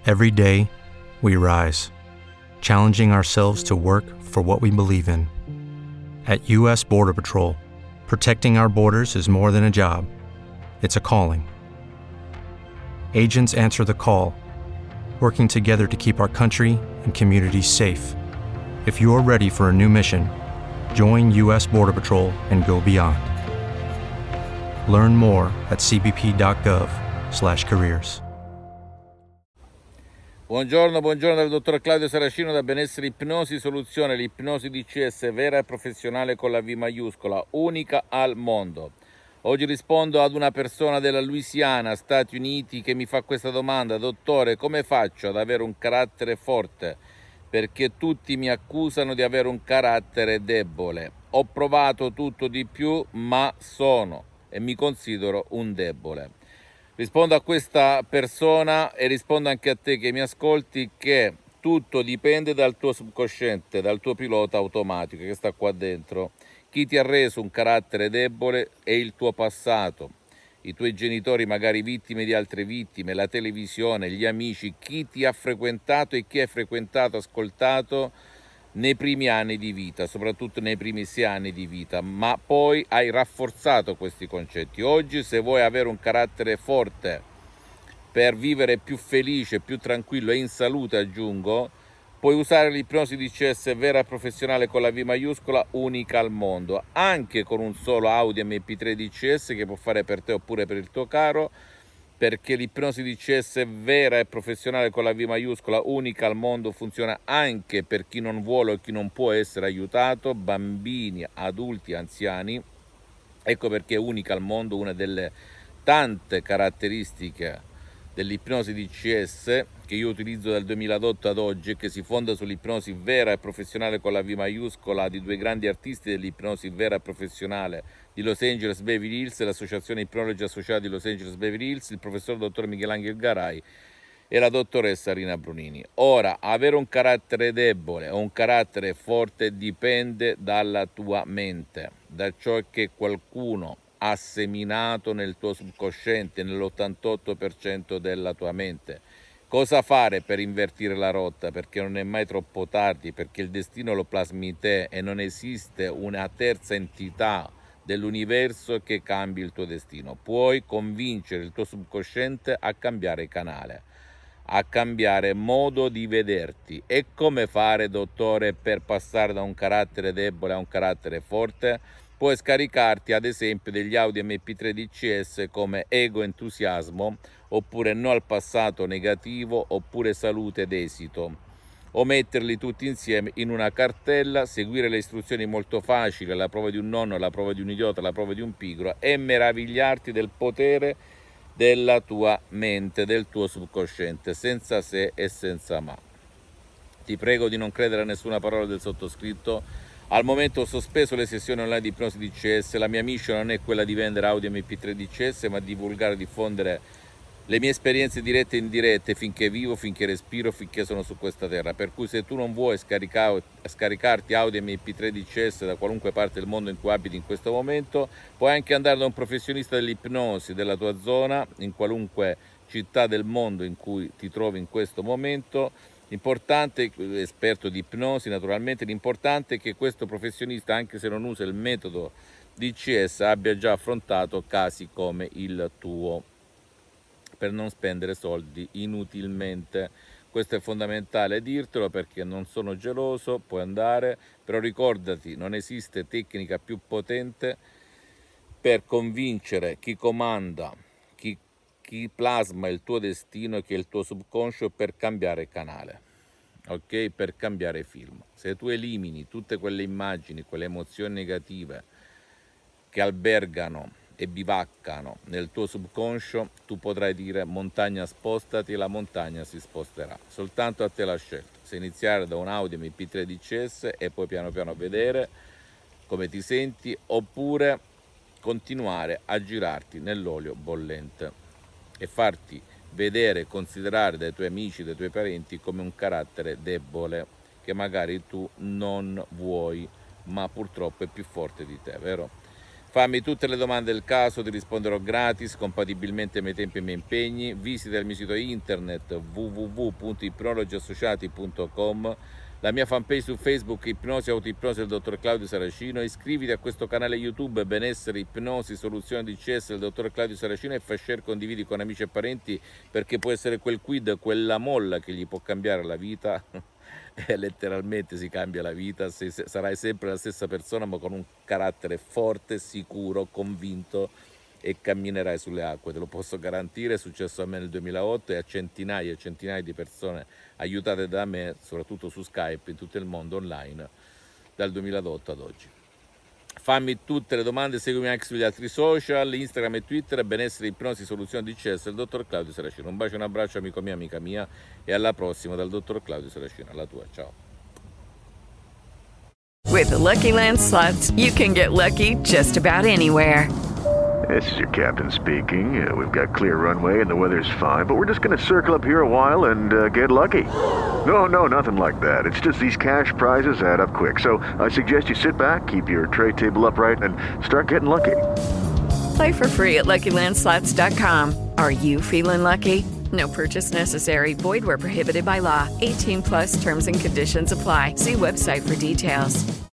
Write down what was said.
Every day, we rise, challenging ourselves to work for what we believe in. At U.S. Border Patrol, protecting our borders is more than a job, it's a calling. Agents answer the call, working together to keep our country and communities safe. If you're ready for a new mission, join U.S. Border Patrol and go beyond. Learn more at cbp.gov/careers. Buongiorno dal dottor Claudio Saracino da Benessere Ipnosi Soluzione, l'ipnosi DCS vera e professionale con la V maiuscola, unica al mondo. Oggi rispondo ad una persona della Louisiana, Stati Uniti, che mi fa questa domanda: dottore, come faccio ad avere un carattere forte? Perché tutti mi accusano di avere un carattere debole. Ho provato tutto di più, ma sono e mi considero un debole. Rispondo a questa persona e rispondo anche a te che mi ascolti che tutto dipende dal tuo subconsciente, dal tuo pilota automatico che sta qua dentro. Chi ti ha reso un carattere debole è il tuo passato, i tuoi genitori magari vittime di altre vittime, la televisione, gli amici, chi ti ha frequentato e chi hai frequentato, ascoltato nei primi anni di vita, soprattutto nei primi 6 anni di vita, ma poi hai rafforzato questi concetti. Oggi, se vuoi avere un carattere forte per vivere più felice, più tranquillo e in salute, aggiungo, puoi usare l'ipnosi DCS vera e professionale con la V maiuscola, unica al mondo, anche con un solo audio MP3 DCS che può fare per te oppure per il tuo caro, perché l'ipnosi DCS vera e professionale con la V maiuscola, unica al mondo, funziona anche per chi non vuole o chi non può essere aiutato, bambini, adulti, anziani. Ecco perché è unica al mondo, una delle tante caratteristiche dell'ipnosi DCS che io utilizzo dal 2008 ad oggi e che si fonda sull'ipnosi vera e professionale con la V maiuscola di due grandi artisti dell'ipnosi vera e professionale di Los Angeles Beverly Hills, l'associazione ipnologi associati di Los Angeles Beverly Hills, il professor dottor Michelangelo Garai e la dottoressa Rina Brunini. Ora, avere un carattere debole o un carattere forte dipende dalla tua mente, da ciò che qualcuno ha seminato nel tuo subconsciente, nell'88% della tua mente. Cosa fare per invertire la rotta? Perché non è mai troppo tardi, perché il destino lo plasmi in te e non esiste una terza entità dell'universo che cambi il tuo destino. Puoi convincere il tuo subconsciente a cambiare canale, a cambiare modo di vederti. E come fare, dottore, per passare da un carattere debole a un carattere forte? Puoi scaricarti ad esempio degli audio MP3 DCS come Ego Entusiasmo, oppure No al passato negativo, oppure Salute ed esito, o metterli tutti insieme in una cartella, seguire le istruzioni molto facili, alla prova di un nonno, alla prova di un idiota, alla prova di un pigro, e meravigliarti del potere della tua mente, del tuo subconsciente, senza se e senza ma. Ti prego di non credere a nessuna parola del sottoscritto. Al momento ho sospeso le sessioni online di ipnosi DCS. La mia mission non è quella di vendere audio MP3 DCS, ma di divulgare e diffondere le mie esperienze dirette e indirette finché vivo, finché respiro, finché sono su questa terra. Per cui se tu non vuoi scaricarti audio MP3 DCS da qualunque parte del mondo in cui abiti in questo momento, puoi anche andare da un professionista dell'ipnosi della tua zona, in qualunque città del mondo in cui ti trovi in questo momento. L'importante, esperto di ipnosi naturalmente, l'importante è che questo professionista, anche se non usa il metodo DCS, abbia già affrontato casi come il tuo, per non spendere soldi inutilmente. Questo è fondamentale dirtelo, perché non sono geloso, puoi andare, però ricordati, non esiste tecnica più potente per convincere chi comanda, chi plasma il tuo destino, che è il tuo subconscio, per cambiare canale, ok? Per cambiare film. Se tu elimini tutte quelle immagini, quelle emozioni negative che albergano e bivaccano nel tuo subconscio, tu potrai dire: montagna spostati, e la montagna si sposterà. Soltanto a te la scelta, se iniziare da un audio MP3 DCS e poi piano piano vedere come ti senti, oppure continuare a girarti nell'olio bollente e farti vedere e considerare dai tuoi amici, dai tuoi parenti, come un carattere debole che magari tu non vuoi, ma purtroppo è più forte di te, vero? Fammi tutte le domande del caso, ti risponderò gratis, compatibilmente ai miei tempi e ai miei impegni. Visita il mio sito internet www.ipnologiassociati.com, la mia fanpage su Facebook Ipnosi Autoipnosi del dottor Claudio Saracino. Iscriviti a questo canale YouTube Benessere, Ipnosi, Soluzione DCS del dottor Claudio Saracino e fai share, condividi con amici e parenti, perché può essere quel quid, quella molla che gli può cambiare la vita. Letteralmente si cambia la vita, sarai sempre la stessa persona ma con un carattere forte, sicuro, convinto, e camminerai sulle acque, te lo posso garantire. È successo a me nel 2008 e a centinaia e centinaia di persone aiutate da me, soprattutto su Skype in tutto il mondo online, dal 2008 ad oggi. Fammi tutte le domande, seguimi anche sugli altri social, Instagram e Twitter, Benessere, Ipnosi, Soluzione DCS, il dottor Claudio Saracino. Un bacio e un abbraccio amico mio, amica mia, e alla prossima dal dottor Claudio Saracino. Alla tua, ciao. With the Lucky Land Slots, you can get lucky just about anywhere. This is your captain speaking. We've got clear runway and the weather's fine, but we're just going to circle up here a while and get lucky. No, nothing like that. It's just these cash prizes add up quick. So I suggest you sit back, keep your tray table upright, and start getting lucky. Play for free at LuckyLandSlots.com. Are you feeling lucky? No purchase necessary. Void where prohibited by law. 18+ terms and conditions apply. See website for details.